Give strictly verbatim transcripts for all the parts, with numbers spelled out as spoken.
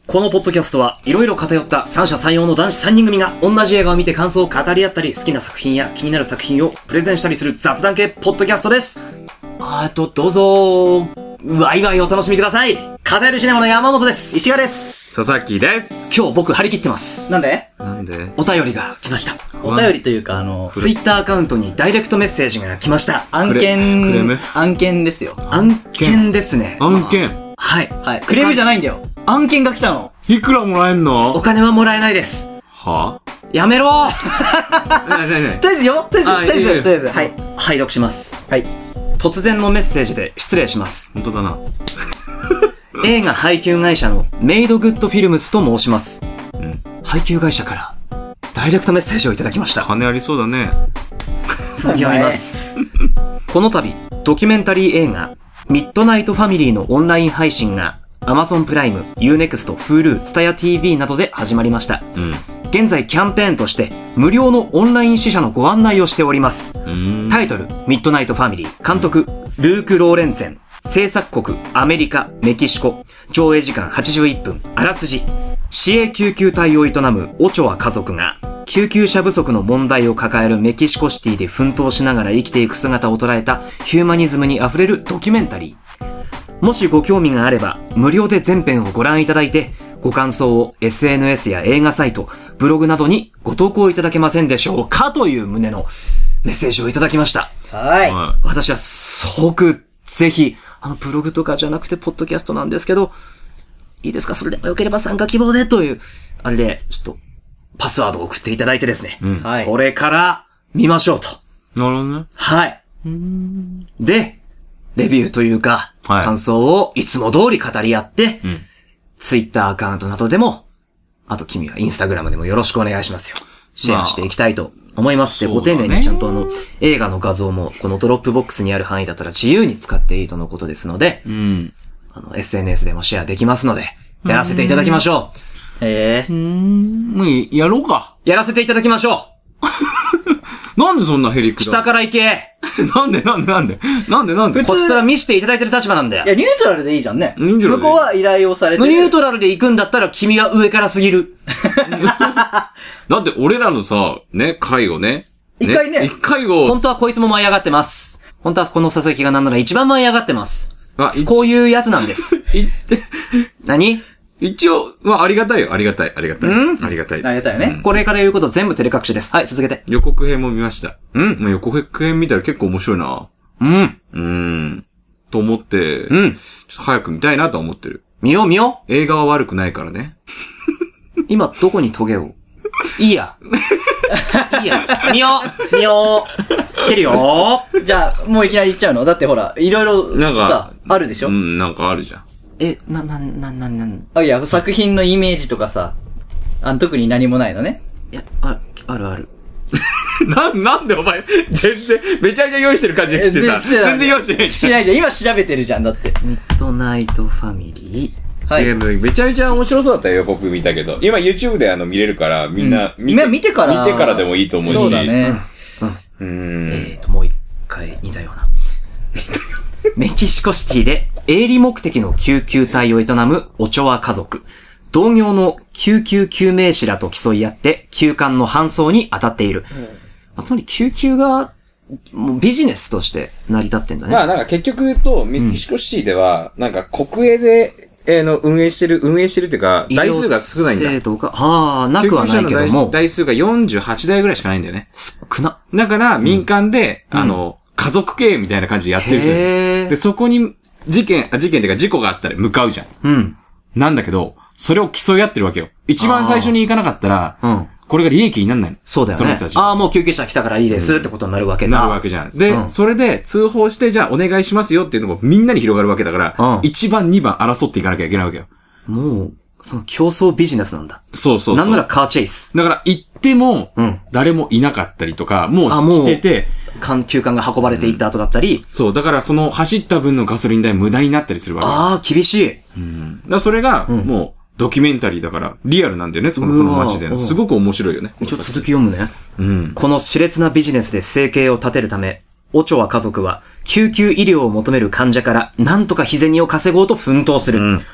このポッドキャストはいろいろ偏った三者三様の男子さんにん組が同じ映画を見て感想を語り合ったり、好きな作品や気になる作品をプレゼンしたりする雑談系ポッドキャストです。あーと、どうぞワイワイお楽しみください。語るシネマの山本です。 石川です。 佐々木です。 今日僕張り切ってます。 なんでなんでお便りが来ました。 お便りというか、あの、 ツイッターアカウントにダイレクトメッセージが来ました。 案件、 クレーム案件ですよ。 案件ですね。 案件。 はい。 はい。クレームじゃないんだよ。案件が来たの。 いくらもらえんの？ お金はもらえないです。 はやめろーぁねえねえねえ。 とりあえずよとりあえず、とりあえず、とりあえず、はい。 拝読します。 はい。 突然のメッセージで失礼します。 本当だな。 映画配給会社のメイドグッドフィルムズと申します。 うん。 配給会社からダイレクトメッセージをいただきました。 金ありそうだね。 続きを見ます。この度、ドキュメンタリー映画、ミッドナイトファミリーのオンライン配信が Amazon プライム、ユーネクスト、Hulu、ツタヤ ティーブイ などで始まりました。 うん。 現在キャンペーンとして無料のオンライン試写のご案内をしております。タイトル、ミッドナイトファミリー、監督、ルーク・ローレンツェン、制作国、アメリカ、メキシコ、上映時間はちじゅういっぷん、あらすじ、市営救急隊を営むオチョア家族が、救急車不足の問題を抱えるメキシコシティで奮闘しながら生きていく姿を捉えたヒューマニズムにあふれるドキュメンタリー。もしご興味があれば、無料で全編をご覧いただいて、ご感想を エスエヌエス や映画サイト、ブログなどにご投稿いただけませんでしょうかという旨のメッセージをいただきました。 はい。 私は即、ぜひ、あの、ブログとかじゃなくて、ポッドキャストなんですけど、いいですか？それでもよければ参加希望でという、あれで、ちょっと、パスワードを送っていただいてですね。 うん。 はい。 これから見ましょうと。 なるほどね。 はい。で、レビューというか、 はい、 感想をいつも通り語り合って、 うん、 ツイッターアカウントなどでも、あと君はインスタグラムでもよろしくお願いしますよ。シェアしていきたいと思います。まあ、で、ご丁寧にちゃんとあの、映画の画像もこのドロップボックスにある範囲だったら自由に使っていいとのことですので、 うん、 あの、エスエヌエス でもシェアできますので、やらせていただきましょう。へえ。 うーん。もうやろうか。 やらせていただきましょうなんでそんなヘリクだ下から行けなんでなんでなんでなんでなんでこっちから見せていただいてる立場なんだよ。 いや、ニュートラルでいいじゃんね。 ニュートラルで向こうは依頼をされてる。 ニュートラルで行くんだったら君は上からすぎる。 だって俺らのさ、ね、回をね。 一回ね。 一回を。 本当はこいつも舞い上がってます。本当はこの佐々木がなんなら一番舞い上がってます。 あ、 こういうやつなんです。 言って。 何？ 一応、まあ、ありがたいよ。ありがたい。ありがたい。 うんありがたい。 ありがたいよね、 うん。これから言うこと全部照れ隠しです。はい、続けて。 予告編も見ました。 うん。 まあ、予告編見たら結構面白いな。 うん。 うーん。と思って、 うん。 ちょっと早く見たいなとは思ってる。 見よう見よう。映画は悪くないからね。 今、どこにトゲをいいや。いいや。見よう見ようつけるよじゃあ、もういきなり言っちゃうの？だってほら、いろいろなんかさ、あるでしょ？ うん、なんかあるじゃん。 え、な、な、な、な、な、 あ、いや、作品のイメージとかさ、あの、特に何もないのね。 いや、あ、あるある。 な、なんでお前、全然、めちゃめちゃ用意してる感じがしてさ、全然用意してないじゃん。 いないじゃん。今調べてるじゃん、だって。 ミッドナイトファミリー。はい。めちゃめちゃ面白そうだったよ、僕見たけど。今 YouTube であの見れるから、みんな、 うん、見て、見てから。 見てからでもいいと思うし。 そうだね。 うん。 うん。 えーと、もう一回似たような。メキシコシティで営利目的の救急隊を営むオチョア家族。同業の救急救命士らと競い合って救患の搬送に当たっている。うん、つまり救急がもうビジネスとして成り立ってんだね。 まあなんか結局言うと、メキシコシティでは、なんか国営で、えー、の運営してる、運営してるっていうか、台数が少ないんだ。 制度が、はあ、なくはないけども。 台数がよんじゅうはちだいぐらいしかないんだよね。 少な。 だから民間で、うん、あの、家族経営みたいな感じでやってるじゃん。で、そこに事件、あ、事件っていうか事故があったら向かうじゃん。 うん。 なんだけど、それを競い合ってるわけよ。一番最初に行かなかったら、うん。これが利益にならないの。 そうだよね。その人たち。ああ、もう救急車来たからいいですってことになるわけだ。 なるわけじゃん。で、うん、それで通報して、じゃあお願いしますよっていうのもみんなに広がるわけだから、うん、いちばん、にばん争っていかなきゃいけないわけよ。 もう、その競争ビジネスなんだ。 そうそうそう。 なんならカーチェイス。 だから行っても、誰もいなかったりとか、もう来てて、 救管が運ばれていった後だったり、うん。 そう、だからその走った分のガソリン代無駄になったりするわけ。 ああ、厳しい。 うん。だからそれが、もう、ドキュメンタリーだから、リアルなんだよね、そのこの街で。すごく面白いよね。 一応続き読むね。 うん。 この熾烈なビジネスで生計を立てるため、オチョア家族は、救急医療を求める患者から、なんとか日銭を稼ごうと奮闘する。うん、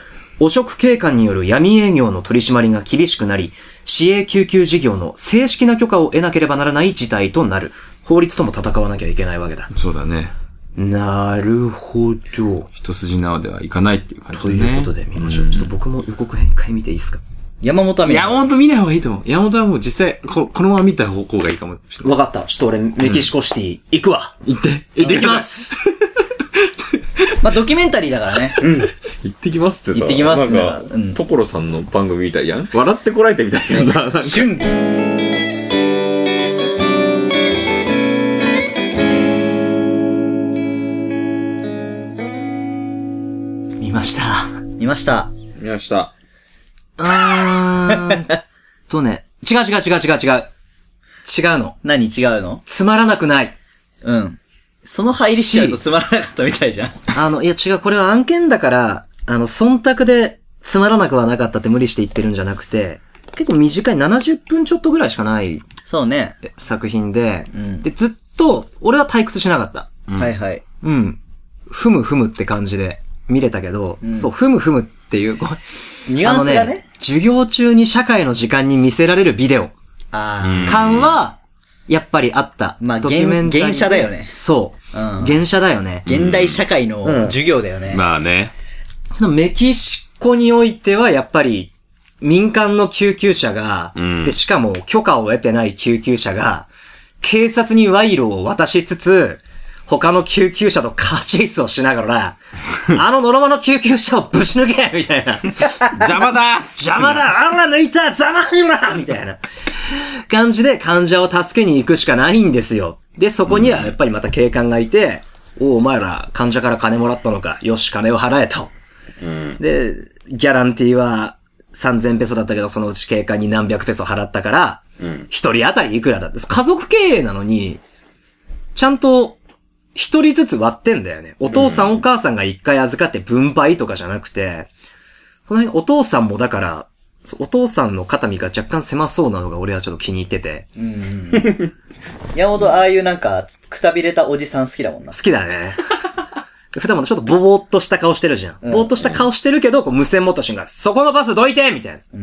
汚職警官による闇営業の取り締まりが厳しくなり、市営救急事業の正式な許可を得なければならない事態となる。法律とも戦わなきゃいけないわけだ。 そうだね。 なるほど。 一筋縄ではいかないっていう感じとね。 いうことで見ましょう。ちょっと僕も予告編一回見ていいですか？ 山本は見ない。 山本見ない方がいいと思う。山本はもう実際、ここのまま見た方向がいいかもしれない。 わかった。ちょっと俺、メキシコシティ行くわ。 行って。 行ってきます。 まあ、ドキュメンタリーだからね。 うん。 行ってきますってさ。 行ってきますねなんか、 うん、 所さんの番組みたいやん。笑ってこられてみたいやんな。 瞬見ました。 見ました。 見ました。 あーんとね。違う違う違う違う違う。違うの。 何違うの？ つまらなくない。 うん。その入りしちゃうとつまらなかったみたいじゃん。 あの、いや違う、これは案件だから、あの、忖度でつまらなくはなかったって無理して言ってるんじゃなくて、結構短いななじゅっぷんちょっとぐらいしかないそうね。 作品で、 うん、 で、ずっと、俺は退屈しなかった。 うん、はいはい。 うん。ふむふむって感じで見れたけど、うん、そう、ふむふむっていう、こう、 ニュアンスがね、ね、 授業中に社会の時間に見せられるビデオ。 ああ。 感は、やっぱりあった。 まあ、ドキュメンタリー。原写だよね。 そう。うん、原写だよね。 現代社会の授業だよね。 うん、まあね。 メキシコにおいては、やっぱり、民間の救急車が、うん、で、しかも許可を得てない救急車が、警察に賄賂を渡しつつ、他の救急車とカーチェイスをしながら、あのノロマの救急車をぶち抜けみたいな。 邪魔だ邪魔だあら抜いたざまみろみたいな感じで患者を助けに行くしかないんですよ。で、そこにはやっぱりまた警官がいて、うん、お, お前ら患者から金もらったのか。よし、金を払えと。うん、で、ギャランティーはさんぜんペソだったけど、そのうち警官に何百ペソ払ったから、一、うん、人当たりいくらだって。家族経営なのに、ちゃんと、一人ずつ割ってんだよね。お父さん、うん、お母さんが一回預かって分配とかじゃなくて、その辺お父さんもだから、お父さんの肩身が若干狭そうなのが俺はちょっと気に入ってて。うん。 山本ああいうなんか、くたびれたおじさん好きだもんな。 好きだね。普段もちょっとボーっとした顔してるじゃん。うん、ボーっとした顔してるけど、こう無線持った瞬間、そこのバスどいてみたいな。うん。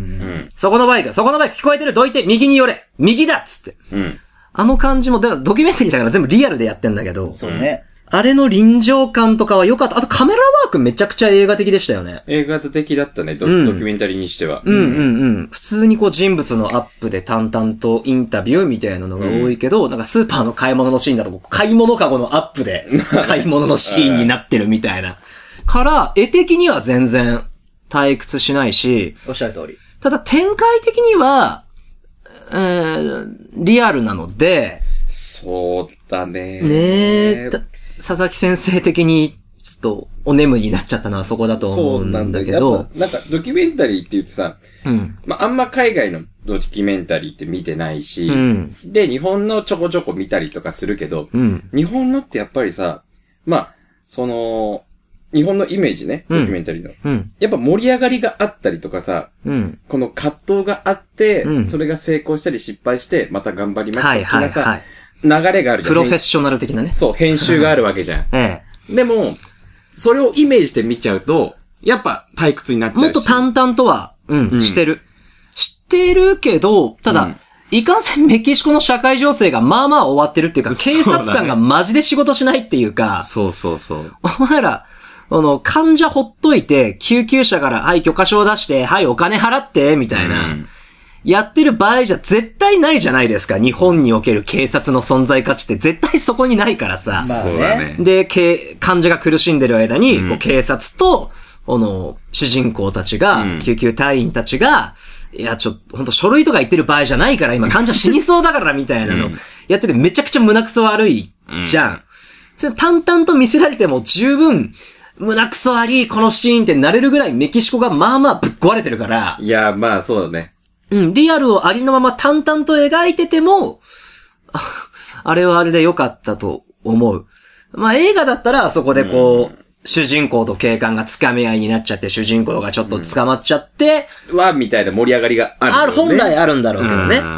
そこのバイク、そこのバイク聞こえてるどいて右に寄れ右だっつって。うん。あの感じも、だからドキュメンタリーだから全部リアルでやってんだけど。 そうね。 あれの臨場感とかは良かった。あとカメラワークめちゃくちゃ映画的でしたよね。 映画的だったね、ド、うん、ドキュメンタリーにしては。 うんうんうん。普通にこう人物のアップで淡々とインタビューみたいなのが多いけど、うん、なんかスーパーの買い物のシーンだと買い物カゴのアップで買い物のシーンになってるみたいな。から、絵的には全然退屈しないし。 おっしゃる通り。 ただ展開的には、えー、リアルなので。 そうだね。 ねえ。佐々木先生的に、ちょっと、お眠になっちゃったのはそこだと思うんだけど。 なんか、ドキュメンタリーって言ってさ、うん。まあ、あんま海外のドキュメンタリーって見てないし、うん。で、日本のちょこちょこ見たりとかするけど、うん。日本のってやっぱりさ、まあ、その、日本のイメージね、ドキュメンタリーの。うん。やっぱ盛り上がりがあったりとかさ、うん。この葛藤があって、うん。それが成功したり失敗して、また頑張りますとかさ、はいはいはい。流れがあるじゃん。 プロフェッショナル的なね。 そう、編集があるわけじゃん。ええ。でも、それをイメージして見ちゃうと、やっぱ退屈になっちゃうし。 もっと淡々とは、うん、うん、してる。してるけど、ただ、うん、いかんせんメキシコの社会情勢がまあまあ終わってるっていうか、警察官がマジで仕事しないっていうか。 そうそうそう。 お前ら、あの、患者ほっといて、救急車から、はい、許可証出して、はい、お金払って、みたいな。うんやってる場合じゃ絶対ないじゃないですか。日本における警察の存在価値って絶対そこにないからさ。 そうだね。 で、患者が苦しんでる間に、うん、こう警察と、この、主人公たちが、うん、救急隊員たちが、いや、ちょっと、ほんと書類とか言ってる場合じゃないから、今患者死にそうだからみたいなの、やっててめちゃくちゃ胸くそ悪いじゃん。うん、それ淡々と見せられても十分、胸くそ悪いこのシーンってなれるぐらいメキシコがまあまあぶっ壊れてるから。 いや、まあそうだね。 うん、リアルをありのまま淡々と描いてても、あ、あれはあれで良かったと思う。まあ映画だったらあそこでこう、うん、主人公と警官がつかみ合いになっちゃって、主人公がちょっと捕まっちゃって、 うん、わ、みたいな盛り上がりがある、ね。 ある、本来あるんだろうけどね。うん、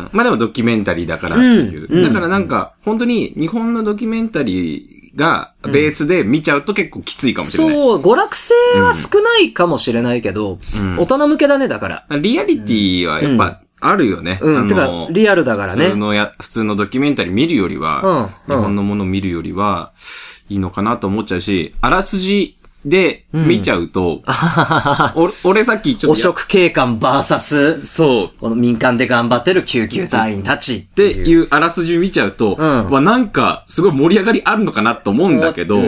まあでもドキュメンタリーだからっていう。うん、だからなんか、本当に日本のドキュメンタリがベースで見ちゃうと結構きついかもしれない。 そう、娯楽性は少ないかもしれないけど、うん、大人向けだね、だから。 リアリティはやっぱあるよね。 うん、うん、てか、リアルだからね。 普通のや、普通のドキュメンタリー見るよりは、うん、日本のものを見るよりは、いいのかなと思っちゃうし、あらすじ、で、見ちゃうと、うん、お俺さっきちょっと。 汚職警官バーサス、 そう。 この民間で頑張ってる救急隊員たちっていうあらすじ見ちゃうと、うん、はなんか、すごい盛り上がりあるのかなと思うんだけど、うん、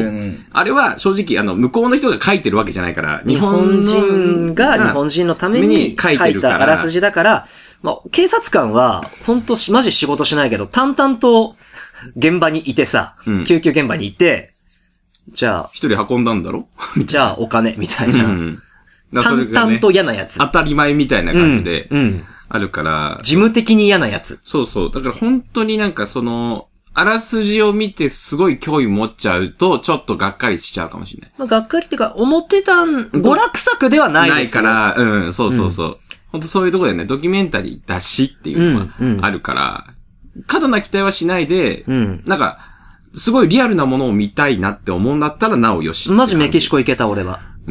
あれは正直、あの、向こうの人が書いてるわけじゃないから、 日本人が日本人のために書いたあらすじだから、まあ、警察官は、ほんとマジ仕事しないけど、淡々と現場にいてさ、うん、救急現場にいて、じゃあ。 一人運んだんだろじゃあお金、みたいな。うん。だそれがね、淡々と嫌なやつ。 当たり前みたいな感じで、うん。うん、あるから。 事務的に嫌なやつ。 そうそう。だから本当になんかその、あらすじを見てすごい興味持っちゃうと、ちょっとがっかりしちゃうかもしれない。 まあ、がっかりっていうか、思ってたん、娯楽作ではないですよ。 ないから、うん、そうそうそう。うん、本当そういうところでね、ドキュメンタリーだしっていうのはあるから、うんうん、過度な期待はしないで、うん、なんか、すごいリアルなものを見たいなって思うんだったらなおよし。 マジメキシコ行けた俺は。 うん。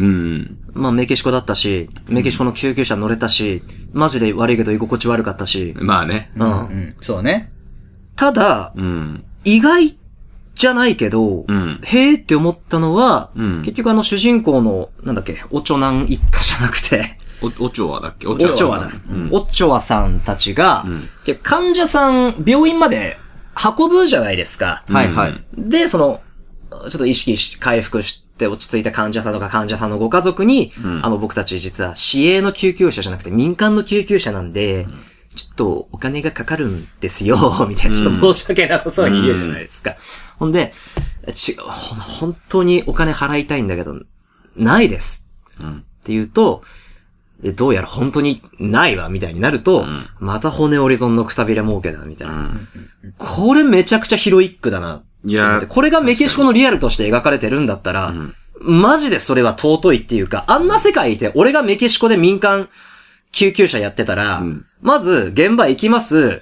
まあメキシコだったし、メキシコの救急車乗れたし、マジで悪いけど居心地悪かったし。 まあね。 うん。うん、そうね。 ただ、うん、意外じゃないけど、うん、へーって思ったのは、うん、結局あの主人公の、なんだっけ、オチョナン一家じゃなくて、 お、オチョワだっけオチョワだ。うん、オチョワさんたちが、うん、患者さん、病院まで、運ぶじゃないですか。 はいはい。 で、その、ちょっと意識し、回復して落ち着いた患者さんとか患者さんのご家族に、うん、あの僕たち実は市営の救急車じゃなくて民間の救急車なんで、うん、ちょっとお金がかかるんですよ、みたいな、ちょっと申し訳なさそうに言うじゃないですか。うん、ほんで、違う、本当にお金払いたいんだけど、ないです。うん、って言うと、どうやら本当にないわ、みたいになると、うん、また骨折り損のくたびれ儲けだ、みたいな、うん。これめちゃくちゃヒロイックだな。いや、これがメキシコのリアルとして描かれてるんだったら、うん、マジでそれは尊いっていうか、あんな世界いて、俺がメキシコで民間救急車やってたら、うん、まず現場行きます、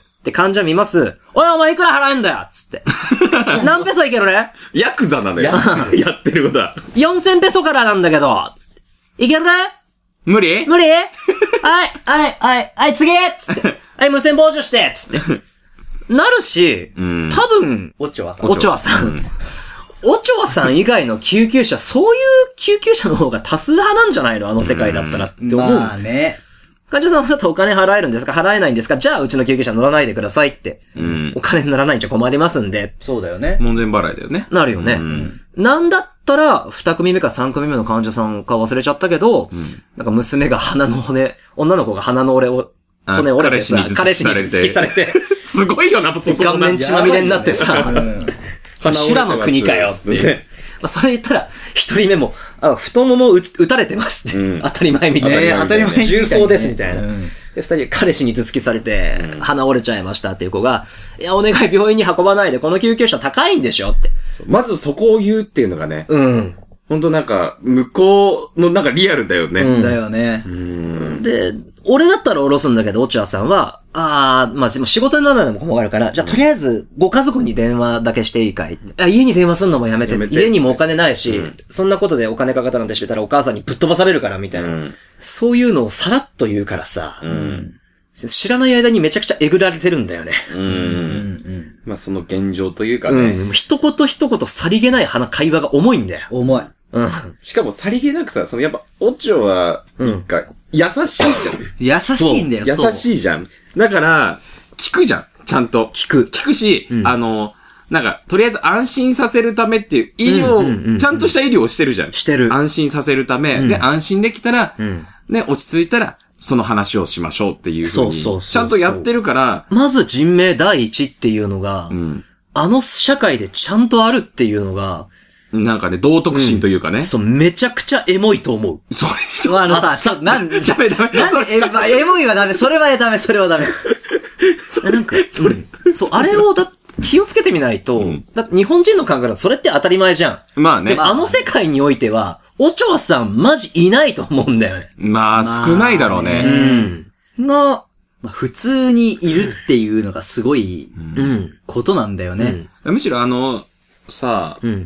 で患者見ます、おいお前いくら払えんだよつって。何ペソいけるねヤクザなのよ。やってることは。 よんせんペソからなんだけど、いけるね無理無理はい、はい、はい、はい、次つって。はい、無線傍受してつって。なるし、うん、多分、 オチョワさん。 オチョワさん。うん、オチョワさん以外の救急車、そういう救急車の方が多数派なんじゃないのあの世界だったらって思う。 まあね。 患者さんだとお金払えるんですか払えないんですかじゃあうちの救急車乗らないでくださいって。うん、お金乗らないんじゃ困りますんで。 そうだよね。 門前払いだよね。 なるよね。うん、なんだったら、二組目か三組目の患者さんか忘れちゃったけど、うん、なんか娘が鼻の骨、女の子が鼻の折れを、骨折れてさ、彼氏に突きされて。 すごいよな、 顔面血まみれになってさ、修羅の国かよって。まあ、それ言ったら、一人目も、あ、太ももを打たれてますって、うん。当たり前みたいな。えー、当たり前。重曹ですみたいな。うん、で、二人、彼氏に頭突きされて、うん、鼻折れちゃいましたっていう子が、いや、お願い病院に運ばないで、この救急車高いんでしょって。 まずそこを言うっていうのがね。うん。ほんとなんか、向こうのなんかリアルだよね。 うん、だよね。 うん。で、俺だったら下ろすんだけど、オチャーさんは、あー、まあ、仕事にならないのも困るから、じゃあとりあえず、ご家族に電話だけしていいかいって。あ、家に電話すんのもやめて。やめて家にもお金ないし、うん、そんなことでお金かかったなんてしてたらお母さんにぶっ飛ばされるから、みたいな、うん。そういうのをさらっと言うからさ、うん、知らない間にめちゃくちゃえぐられてるんだよね。うん。うんうん、まあ、その現状というかね。 うん。一言一言さりげない会話が重いんだよ。 重い。 うん。 しかもさりげなくさ、そのやっぱ、オチョは、一回、優しいじゃん。 優しいんだよ、 優しいじゃん。だから、聞くじゃん。ちゃんと。 聞く。 聞くし、うん、あの、なんか、とりあえず安心させるためっていう医療、うんうんうんうん、ちゃんとした医療をしてるじゃん。 してる。 安心させるため、うん、で、安心できたら、うん、ね、落ち着いたら、その話をしましょうっていう風に。そうそうそうそう。ちゃんとやってるから。 まず人命第一っていうのが、うん、あの社会でちゃんとあるっていうのが、 なんかね、道徳心というかね、うん。 そう、めちゃくちゃエモいと思う。 それ、 そう、あのさ、そう、なん、ダメダメ。 なんで、エ, まあ、エモいはダメ。それはダメ、それはダメ。 それなんか、それ、そう、あれをだ、気をつけてみないと、うん、だ日本人の考えだとそれって当たり前じゃん。まあね。 でもあの世界においては、オチョアさんマジいないと思うんだよね。 まあ、少ないだろうね。 うん。が、まあ、普通にいるっていうのがすごい、うん、ことなんだよね。 うん、むしろあの、さあ、うん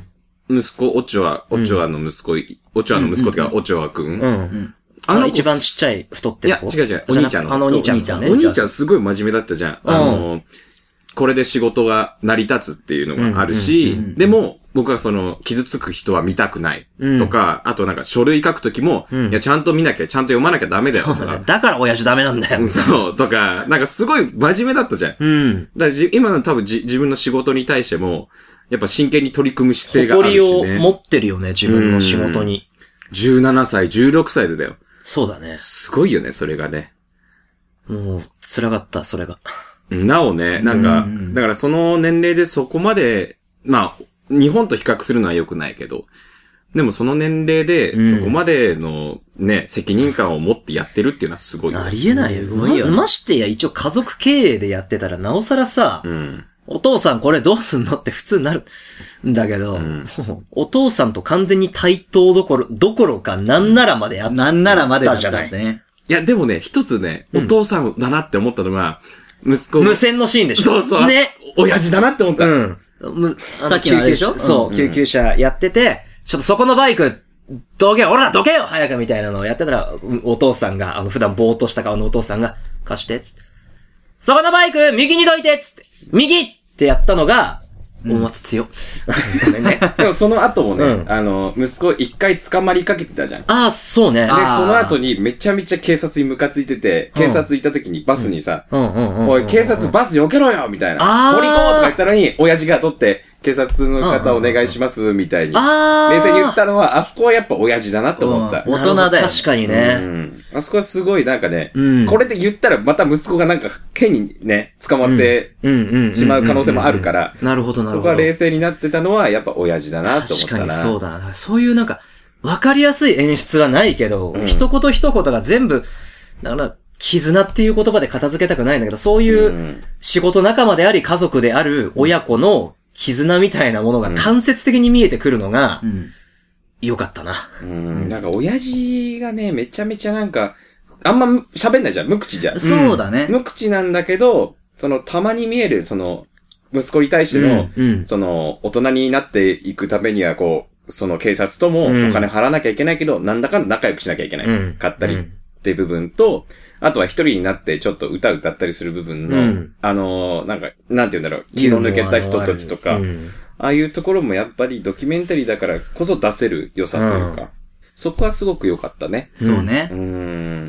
息子、オチョア、オチョアの息子、オチョアの息子ってか、オチョアくん。うん。 あの一番ちっちゃい太ってる子。 いや、違う違う。お兄ちゃんの。 あのお兄ちゃんね。 お兄ちゃんすごい真面目だったじゃん。あの、これで仕事が成り立つっていうのがあるし、でも、僕はその、傷つく人は見たくないとか、あとなんか書類書くときも、いや、ちゃんと見なきゃ、ちゃんと読まなきゃダメだよとか。 だから親父ダメなんだよ。 そう、とか、なんかすごい真面目だったじゃん。うん。だから今の多分じ自分の仕事に対しても、やっぱ真剣に取り組む姿勢があるしね。 誇りを持ってるよね、自分の仕事に。 じゅうななさい、じゅうろくさいでだよ。 そうだね。 すごいよね、それがね。 もう、辛かった、それが。 なおね、なんか、だからその年齢でそこまで、まあ、日本と比較するのは良くないけど、でもその年齢で、そこまでのね、責任感を持ってやってるっていうのはすごいです。 ありえないよ。ま, ましてや、一応家族経営でやってたら、なおさらさ、うん、お父さんこれどうすんのって普通になるんだけど、うん、お父さんと完全に対等どころ、どころかなんならまでやった、うん、 なんならまでだじゃないね。 いや、でもね、一つね、お父さんだなって思ったのが、息子。 無線のシーンでしょ。 そうそう。 ね。 親父だなって思った。うん。 さっきのあれでしょ、そう、救急車やってて、ちょっとそこのバイク、どけよ、俺らどけよ早くみたいなのをやってたら、お父さんが、あの、普段ぼーっとした顔のお父さんが、貸して、つって。そこのバイク、右にどいてつって、右ってやったのが、お松強。ごめんね。 でもその後もね、うん、あの、息子一回捕まりかけてたじゃん。 ああ、そうね。で、 その後にめちゃめちゃ警察にムカついてて、警察行った時にバスにさ、おい、警察バス避けろよみたいな。森行こうとか言ったのに、親父が取って、警察の方お願いします、みたいに。冷静に言ったのは、あそこはやっぱ親父だなって思った。 大人だよ。確かにね、 うん。あそこはすごいなんかね、うん、これで言ったらまた息子がなんか、剣にね、捕まってしまう可能性もあるから、 なるほどなるほど。 そこは冷静になってたのはやっぱ親父だなって思ったな。 確かにそうだな。そういうなんか、わかりやすい演出はないけど、うん、一言一言が全部、だから、絆っていう言葉で片付けたくないんだけど、そういう仕事仲間であり家族である親子の絆みたいなものが間接的に見えてくるのが、うん、よかったな。 うん。なんか親父がね、めちゃめちゃなんか、あんま喋んないじゃん。無口じゃん。 そうだね。 無口なんだけど、そのたまに見える、その、息子に対しての、うんうん、その、大人になっていくためには、こう、その警察ともお金払わなきゃいけないけど、うん、なんだか仲良くしなきゃいけない。うん、かったりっていう部分と、あとは一人になってちょっと歌歌ったりする部分の、うん、あのー、なんか、なんて言うんだろう、気の抜けたひとときとか、うん、ああいうところもやっぱりドキュメンタリーだからこそ出せる良さというか、うん、そこはすごく良かったね。 そうね。 うん。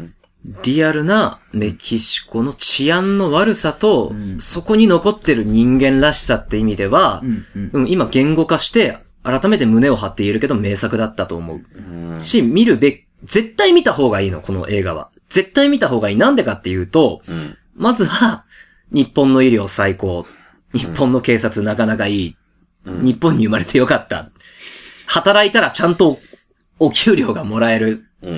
リアルなメキシコの治安の悪さと、うん、そこに残ってる人間らしさって意味では、うんうんうん、今言語化して改めて胸を張って言えるけど名作だったと思う。うん、し、見るべき、絶対見た方がいいの、この映画は。絶対見た方がいい。なんでかっていうと、うん、まずは、日本の医療最高。日本の警察なかなかいい。うん、日本に生まれてよかった。働いたらちゃんとお給料がもらえる。うん、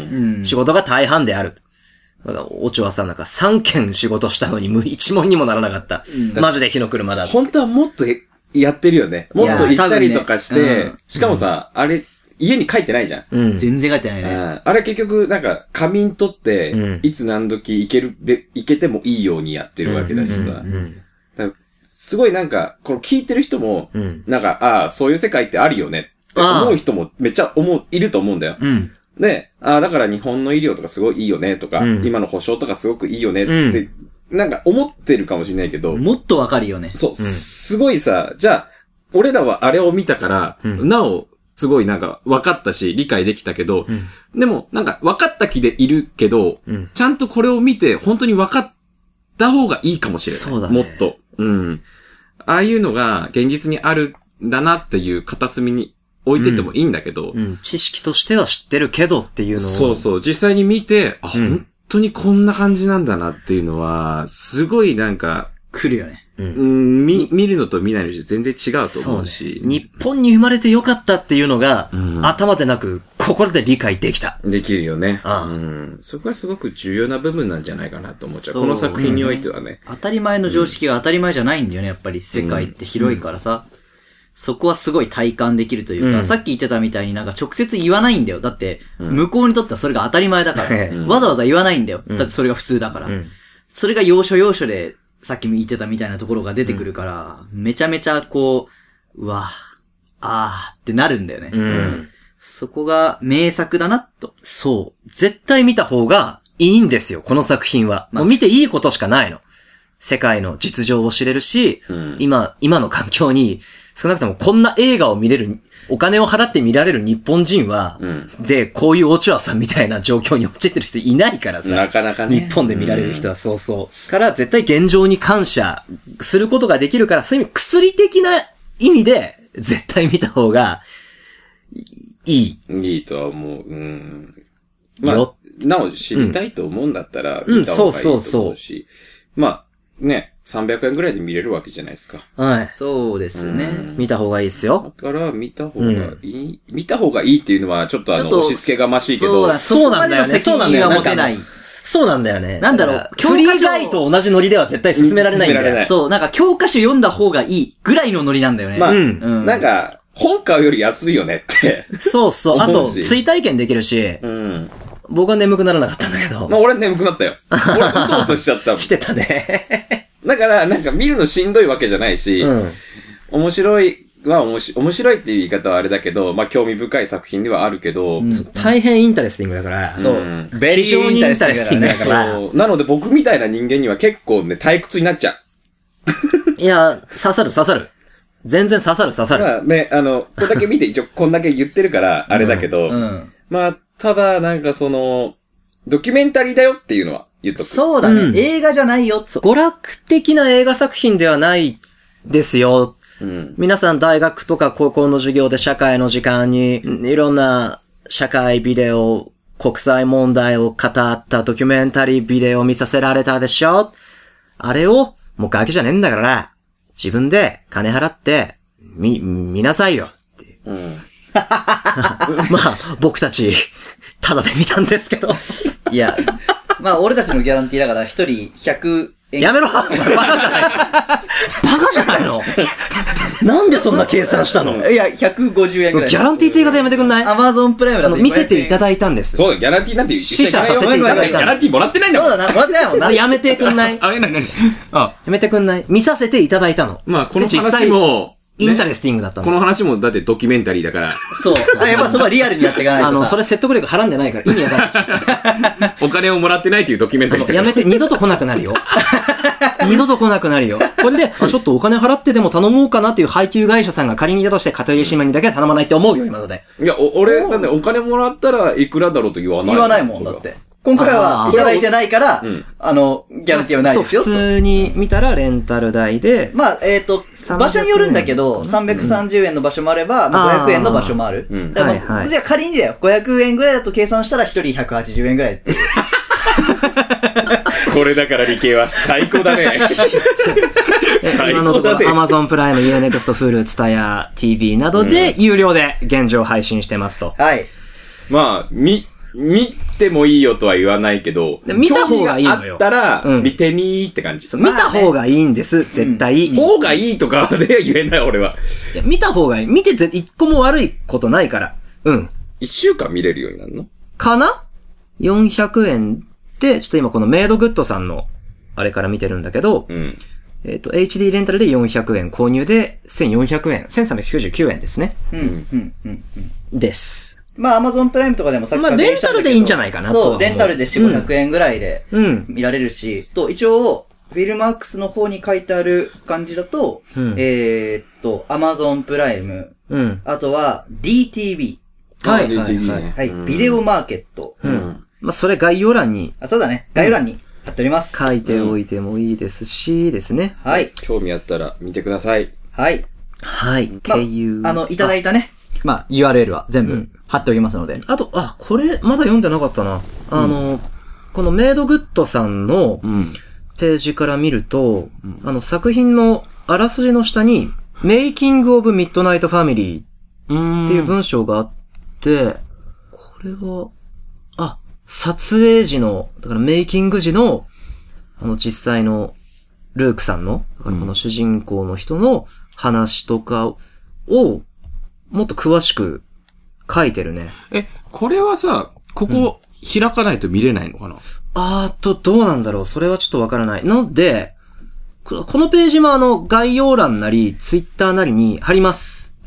仕事が大半である。おちょわさんなんかさんけん仕事したのに一問にもならなかった。うん、マジで火の車だ。 本当はもっとやってるよね。もっと行ったりとかして、ねうん、しかもさ、あれ、家に帰ってないじゃん。 うん。全然帰ってないね。 うん、あれ結局、なんか、仮眠取って、うん、いつ何時行ける、で、行けてもいいようにやってるわけだしさ。うんうんうん、だすごいなんか、この聞いてる人も、うん、なんか、ああ、そういう世界ってあるよねって思う人もめっちゃ思う、いると思うんだよ。うん、で、ああ、だから日本の医療とかすごいいいよねとか、うん、今の保障とかすごくいいよねって、うん、なんか思ってるかもしれないけど。 もっとわかるよね。 そう、うん、すごいさ、じゃあ、俺らはあれを見たから、うん、なお、すごいなんか分かったし、理解できたけど、うん、でもなんか分かった気でいるけど、うん、ちゃんとこれを見て本当に分かった方がいいかもしれない。 そうだね。 もっと。うん。ああいうのが現実にあるんだなっていう片隅に置いてってもいいんだけど、 うんうん、知識としては知ってるけどっていうのを。 そうそう。実際に見て、あ、うん、本当にこんな感じなんだなっていうのは、すごいなんか、 来るよね。 うん、見、見るのと見ないのじゃ全然違うと思うし。 うね、日本に生まれてよかったっていうのが、うん、頭でなく、心で理解できた。 できるよね。ああうん。そこはすごく重要な部分なんじゃないかなと思っちゃう。この作品においてはね、 うん。当たり前の常識が当たり前じゃないんだよね、やっぱり。世界って広いからさ。うん、そこはすごい体感できるというか、うん、さっき言ってたみたいになんか直接言わないんだよ。だって、向こうにとってはそれが当たり前だから。うん、わざわざ言わないんだよ。だってそれが普通だから。うん、それが要所要所で、さっきも言ってたみたいなところが出てくるから、うん、めちゃめちゃこう、うわ、 あーってなるんだよね。 うん。 そこが名作だな、と。 そう。絶対見た方がいいんですよ、この作品は。もう見ていいことしかないの。世界の実情を知れるし、うん、今、今の環境に、少なくともこんな映画を見れる、お金を払って見られる日本人は、うん、で、こういうオチュアさんみたいな状況に陥ってる人いないからさ。 なかなかね。 日本で見られる人はそうそう。から絶対現状に感謝することができるから、そういう意味、薬的な意味で、絶対見た方が、いい。 いいとは思う。うん。まあ、なお知りたいと思うんだったら、見た方がいいと思うし。うん、そうそうそう。まあ、ね、さんびゃくえんぐらいで見れるわけじゃないですか。 はい。そうですね。 見た方がいいっすよ。 だから、見た方がいい、うん、見た方がいいっていうのは、ちょっとあの、押し付けがましいけど。 そうだ、そうなんだよね。そうなんだよね。持てない。 そうなんだよね。 なんだろう、 フリーガイと同じノリでは絶対進められないんだよ。進められない。 そう、なんか教科書読んだ方がいいぐらいのノリなんだよね。 まあ、うん。なんか、本買うより安いよねって。 そうそう。あと、追体験できるし。うん。僕は眠くならなかったんだけど。 まあ俺眠くなったよ。俺うとうとしちゃったもん。 してたね。 だから、なんか見るのしんどいわけじゃないし、うん、面白いは面白い、面白いっていう言い方はあれだけど、まあ興味深い作品ではあるけど、うん、 大変インタレスティングだから、そう。ベリーインタレスティングだから。 そう。なので僕みたいな人間には結構ね、退屈になっちゃう。いや、刺さる刺さる。全然刺さる刺さる。 まあね、あの、これだけ見て一応こんだけ言ってるから、あれだけど、うんうん、まあ、ただなんかその、ドキュメンタリーだよっていうのは言っとく。 そうだね。うん、映画じゃないよ。 娯楽的な映画作品ではないですよ。うん、皆さん大学とか高校の授業で社会の時間にいろんな社会ビデオ、国際問題を語ったドキュメンタリービデオを見させられたでしょ？あれをもうガキじゃねえんだから、自分で金払って、み、見なさいよっていう。うん、まあ、僕たち、ただで見たんですけど。 いや、まあ俺たちのギャランティーだから一人ひゃくえん。 やめろバカじゃないバカじゃないのなんでそんな計算したの？ いや、ひゃくごじゅうえんぐらい。 ギャランティーって言い方やめてくんない？ アマゾンプライムだと見せていただいたんです。 そうだ、ギャランティーなんて言って死者させていただいた。 ギャランティーもらってないんだもん。 そうだな、もらってないもんな。 やめてくんないあ、え、なになにあ、やめてくんない見させていただいたの。 まあ、この話も、 インタレスティングだったの。 この話もだってドキュメンタリーだから。 そう。あ、やっぱそこはリアルにやっていかないとさ。 あの、それ説得力はらんでないから意味わかんない。 お金をもらってないっていうドキュメンタリー。 やめて、二度と来なくなるよ。二度と来なくなるよ。これで、あ、ちょっとお金払ってでも頼もうかなっていう配給会社さんが仮にいたとして、片桐島にだけは頼まないって思うよ、今ので。 いや、俺、だってお金もらったらいくらだろうと言わない。 言わないもん、だって。今回はいただいてないから、あの、ギャランティーはないですよ。 そう、普通に見たらレンタル代で。 まあ、えっと、場所によるんだけど、さんびゃくさんじゅうえんの場所もあれば、ごひゃくえんの場所もある。うん。だから、じゃあ仮にだよ、ごひゃくえんぐらいだと計算したら一人ひゃくはちじゅうえんぐらい。 これだから理系は最高だね。 最高だね。Amazon プライム、ユーネクスト、Hulu、ツタヤ、ティーブイ などで有料で現状配信してますと。 はい。 まあ、み、見てもいいよとは言わないけど、 見た方がいいのよ。 あったら、見てみーって感じ。 見た方がいいんです、絶対。 方がいいとかで言えない、俺は。 見た方がいい。見てぜ、一個も悪いことないから。うん。 一週間見れるようになるのかな ?よんひゃくえんで、ちょっと今このメイドグッドさんの、あれから見てるんだけど、うん、えっと、エイチディー レンタルでよんひゃくえん、購入でせんよんひゃくえん、せんさんびゃくきゅうじゅうきゅうえんですね。うん、うん、うん、うん。です。 まあ、Amazon プライムとかでもさっきからまあ、レンタルでいいんじゃないかなと。 そう、レンタルでよん、ごひゃくえんぐらいで見られるし、うん、と、一応、フィルマークスの方に書いてある感じだと、うん、えー、っと、Amazon プライム、うん、あとは ディーティーブイ。 はい、はい、はい。 はい、ビデオマーケット。 うん。うん、まあ、それ概要欄に。 あ、そうだね。概要欄に貼っております。 書いておいてもいいですし、ですね。 はい。 興味あったら見てください。 はい。 はい。経由。 まあ、あの、いただいたね。まあ、ユーアールエル は全部貼っておきますので。うん、 あと、あ、これ、まだ読んでなかったな。あの、うん、このメイドグッドさんのページから見ると、うん、あの、作品のあらすじの下に、メイキングオブミッドナイトファミリーっていう文章があって、これは、あ、撮影時の、だからメイキング時の、あの、実際のルークさんの、だからこの主人公の人の話とかを、もっと詳しく書いてるね。 え、これはさ、ここ開かないと見れないのかな、うん、 あーと、どうなんだろう。それはちょっとわからない。ので、このページもあの、概要欄なり、ツイッターなりに貼ります。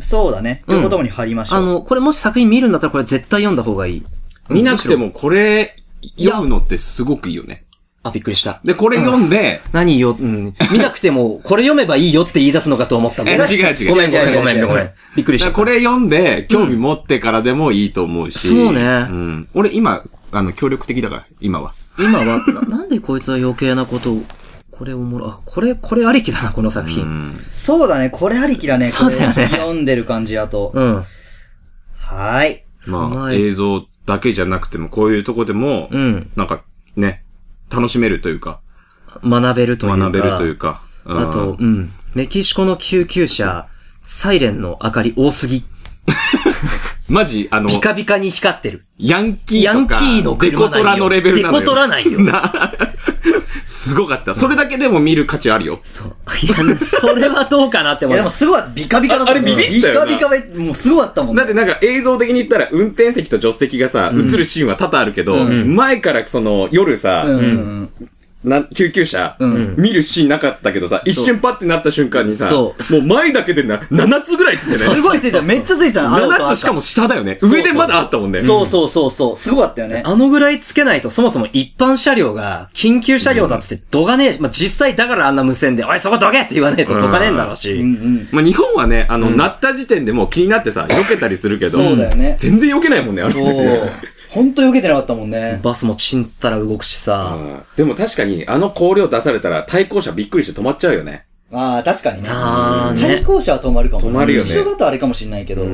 そうだね。両方ともに貼りましょう。 あの、これもし作品見るんだったらこれ絶対読んだ方がいい。 見なくてもこれ読むのってすごくいいよね。 あ、びっくりした。 で、これ読んで、 何よ、うん。見なくても、これ読めばいいよって言い出すのかと思ったもん。 え、違う違う。 ごめんごめんごめんごめん。びっくりした。 これ読んで、興味持ってからでもいいと思うし。 そうね。 うん。俺今、あの、協力的だから、今は。 今は、な, なんでこいつは余計なことを、これおもろ、あ、これ、これありきだな、この作品。うん、 そうだね、これありきだね。 そうだよね。 読んでる感じやと。 うん。 はーい。 まあ、映像だけじゃなくても、こういうとこでも、うん。なんか、ね、楽しめるというか。 学べるというか。 学べるというか。 うん、あと、うん。メキシコの救急車、サイレンの明かり多すぎ。 マジあの、 ビカビカに光ってる。 ヤンキーとか。 ヤンキーのデコトラのレベルなのよ。 デコトラないよ。 すごかった。それだけでも見る価値あるよ。 そう。いや、それはどうかなって思う。 いや、でもすごい、ビカビカだった。 あれビビったよな。 ビカビカ、もうすごかったもんね。 だってなんか映像的に言ったら、運転席と助手席がさ、映るシーンは多々あるけど、うん、前からその、夜さ、うんうんな、救急車、うん、見るシーンなかったけどさ、一瞬パッてなった瞬間にさ、もう前だけでな、ななつぐらいついてね。 すごいついた。めっちゃついた。 ななつしかも下だよね。上でまだあったもんね。 そうそうそうそう。すごかったよね。 あのぐらいつけないと、そもそも一般車両が、緊急車両だっつってどがねえ、まあ、実際だからあんな無線で、おいそこどけって言わねえとどかねえんだろうし。うんうん、 まあ日本はね、あの、うん、鳴った時点でもう気になってさ、避けたりするけど。 そうだよね。 全然避けないもんね、あの時。 ほんと避けてなかったもんね。 バスもチンったら動くしさ。 でも確かに、あの光量出されたら対向車びっくりして止まっちゃうよね。 ああ、確かにね。 あーね。対向車は止まるかも。 止まるよね。 後ろだとあれかもしれないけど。 うん。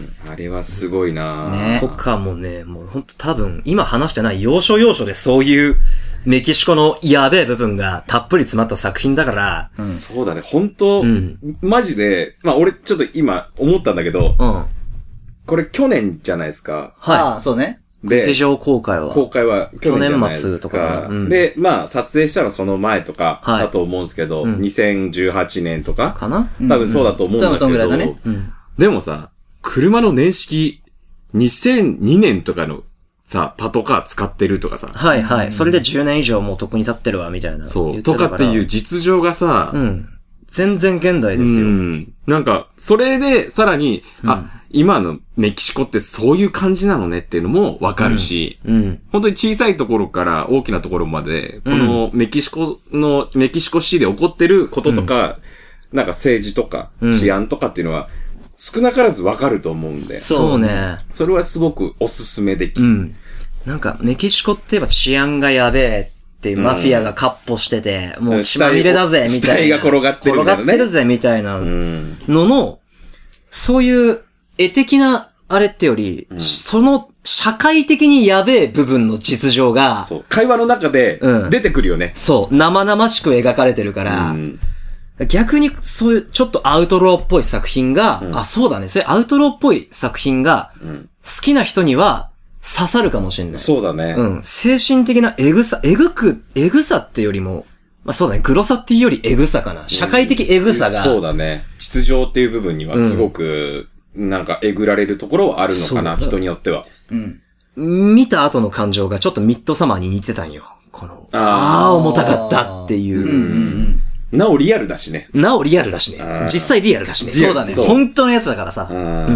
あれはすごいなね。とかもね、もうほんと多分、今話してない要所要所でそういうメキシコのやべえ部分がたっぷり詰まった作品だから。 うん、そうだね。本当、うん、マジで、まあ俺ちょっと今思ったんだけど、うん、これ去年じゃないですか。 はい。ああ、そうね。 で、劇場公開は公開は去年じゃないですか。去年末とか、うん。で、まあ、撮影したのその前とか、だと思うんですけど、はいうん、にせんじゅうはちねんとかかな多分そうだと思うんだけど。そのぐらいだね。うん、でもさ、車の年式、にせんにねんとかのさ、パトカー使ってるとかさ。 はいはい。それでじゅうねん以上もう特に経ってるわ、みたいな。 そう。とかっていう実情がさ、 うん。全然現代ですよ。うん。 なんか、それで、さらに、うん、あ、今のメキシコってそういう感じなのねっていうのもわかるし、うんうん、本当に小さいところから大きなところまで、このメキシコの、メキシコ市で起こってることとか、うん、なんか政治とか治安とかっていうのは、少なからずわかると思うんで。 そうね。 それはすごくおすすめできる。うん。 なんか、メキシコって言えば治安がやべえっていうマフィアがカッポしてて、うん、もう血まみれだぜ、みたいな。 死体が転がってるみたいなね。 転がってるぜ、みたいなのの、そういう絵的なあれってより、うん、その社会的にやべえ部分の実情が、 そう。会話の中で出てくるよね。うん、 そう。生々しく描かれてるから、うん、逆にそういうちょっとアウトローっぽい作品が、うん、あ、そうだね。それアウトローっぽい作品が、好きな人には刺さるかもしれない。 そうだね。 うん。精神的なエグさ、エグく、エグさってよりも、まあそうだね。グロさっていうよりエグさかな。社会的エグさが。 うん、そうだね。秩序っていう部分にはすごく、うん、なんかえぐられるところはあるのかな、人によっては。 うん。見た後の感情がちょっとミッドサマーに似てたんよ。この、ああ、重たかったっていう。うんうんうんなおリアルだしね。 なおリアルだしね。実際リアルだしね。 そうだね。 本当のやつだからさ。うん。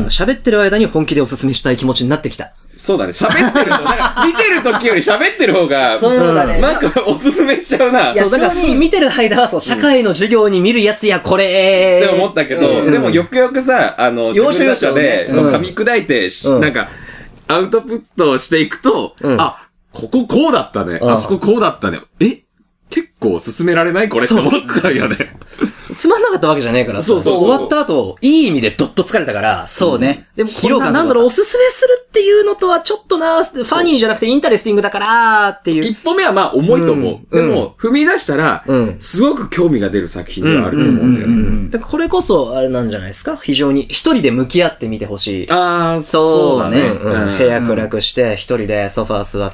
喋ってる間に本気でおすすめしたい気持ちになってきた。 そうだね。喋ってると、なんか見てる時より喋ってる方が、 そうだね。 なんかおすすめしちゃうな。 そう、だから見てる間はそう、社会の授業に見るやつや、これって思ったけど、でもよくよくさ、あの、自分の中で噛み砕いて、なんか、アウトプットしていくと、あ、こここうだったね。あそここうだったね。え結構進められないこれって思っちゃうよね。 つまんなかったわけじゃねえからさ。そうそうそう。終わった後、いい意味でどっと疲れたから。 そうね。 でも、こな、なんだろう、おすすめするっていうのとはちょっとな、ファニーじゃなくてインタレスティングだからっていう。 一歩目はまあ重いと思う。うん、でも、踏み出したら、うん、すごく興味が出る作品ではあると思うんだよね。 だからこれこそ、あれなんじゃないですか非常に、一人で向き合ってみてほしい。 ああ、そうだね。 うんうん、部屋暗くして、一人でソファー座って、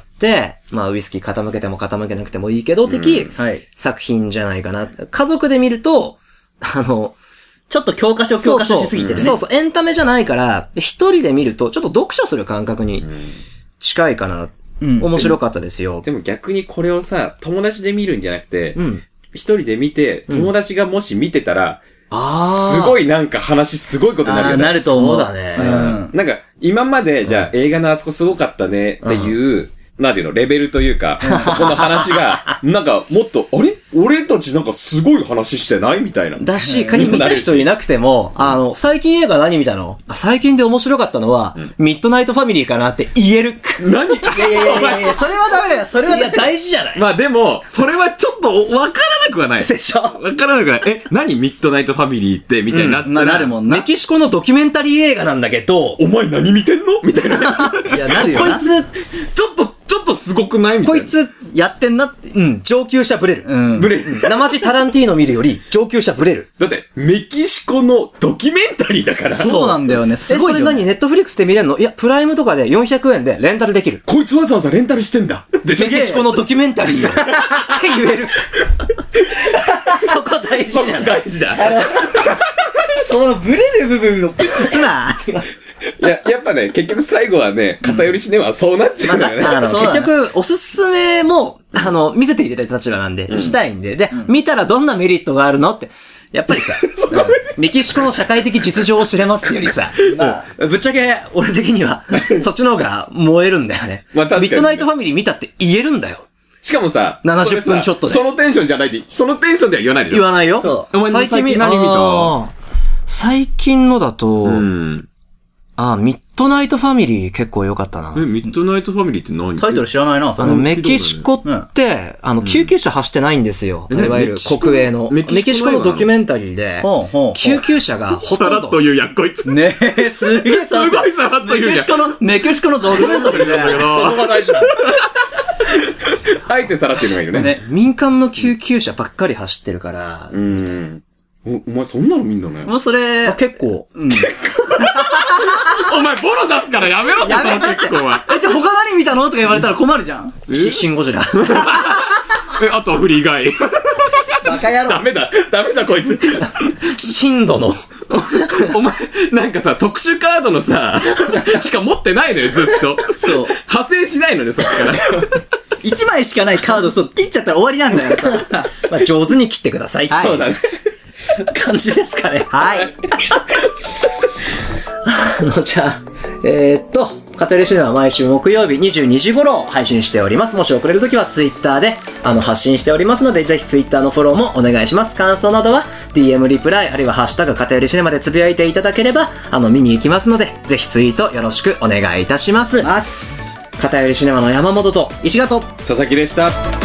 まあ、ウイスキー傾けても傾けなくてもいいけど、的、うんはい、作品じゃないかな。家族で見ると、あの、 ちょっと教科書教科書しすぎてるね。 そうそう、エンタメじゃないから、一人で見ると、ちょっと読書する感覚に近いかな。うん、面白かったですよ。 でも逆にこれをさ、友達で見るんじゃなくて、うん、一人で見て、友達がもし見てたら、 あすごいなんか話すごいことになるよね。 なると思う。 そうだね。 うん。 なんか、今まで、じゃあ、映画のあそこすごかったねっていう、なんていうの、レベルというか、そこの話が、なんか、もっと、あれ俺たちなんかすごい話してないみたいな。 だし、仮に見た人いなくても、あの、最近映画何見たの？最近で面白かったのは、ミッドナイトファミリーかなって言える。 何いやいやいやいや、それはダメだよ。それはいや、大事じゃない？ まあでも、それはちょっとわからなくはない。 でしょ？ わからなくはない。え、何ミッドナイトファミリーって、みたいになったら、 まあなるもんな。 メキシコのドキュメンタリー映画なんだけど、 お前何見てんのみたいな。 いや、なるよな。 こいつ、 ちょっと、ちょっとすごくないみたいな。 こいつ、 やってんなって。 うん、上級者ブレる。 うん。 ブレる。 生地タランティーノ見るより、上級者ブレる。 だって、メキシコのドキュメンタリーだから。 そうなんだよね。すごいよ、ね。 え、それ何ネットフリックスで見れるの？いや、プライムとかでよんひゃくえんでレンタルできる。 こいつわざわざレンタルしてんだ。で、 メキシコのドキュメンタリーよ。って言える。そこ大事じゃん。 大事だ。 そのブレる部分をプッチすな。 いや、やっぱね、結局最後はね、偏りシネマはそうなっちゃうんだよね。 あの、 そうだね結局、おすすめも、あの、見せていただいた立場なんで、したいんで、で、見たらどんなメリットがあるのって、やっぱりさ、うんメキシコの社会的実情を知れますよりさ、ぶっちゃけ、俺的には、そっちの方が燃えるんだよね。 まあ確かにねミッドナイトファミリー見たって言えるんだよ。 しかもさ、 ななじゅっぷんちょっとでそのテンションじゃないで、そのテンションでは言わないでしょ。 言わないよ。 そうお前最近何見た？ あー最近のだと、 うん。 あー、ミッドナイトファミリー結構良かったなえ、。ミッドナイトファミリーって何？ タイトル知らないな、そあの、 の。 メキシコって、あの、救急車走ってないんですよ。 うんいわゆるメキシコ国営の。メメキシコキシコのドキュメンタリーで、 ほうほうほう救急車がほさらとんど、 っと言うやん、こいつ。 ねえ、すげえすごいさらっと言うやん。 メキシコの、メキシコのドキュメンタリーで、 だけどそこが大事なんだ。 あえてさらっていうのがいいよね。 ね。 民間の救急車ばっかり走ってるから、 うーん。お、お前そんなの見んだね。 もうそれあ、結構、 うん。 お前ボロ出すからやめろって、その結構は。 え、じゃあ他何見たのとか言われたら困るじゃん。 しシンゴジラ。 え、あとはフリー以外。 バカ野郎。 ダメだ、ダメだこいつ。 震度の。 お前、なんかさ、特殊カードのさ、しか持ってないのよ、ずっと。 そう。 派生しないのね、そっから。 一枚しかないカード、そう、切っちゃったら終わりなんだよ。 まあ、上手に切ってください。 はいそうなんです。 感じですかね。 はい。 あの、じゃあ、えー、っと、カテレシネマは毎週木曜日にじゅうにじ頃配信しております。もし遅れるときはツイッターであの発信しておりますので、ぜひツイッターのフォローもお願いします。感想などは ディーエム リプライ、あるいはハッシュタグカテレシネマでつぶやいていただければ、あの、見に行きますので、ぜひツイートよろしくお願いいたします。 ます。 カテレシネマの山本と石形。 佐々木でした。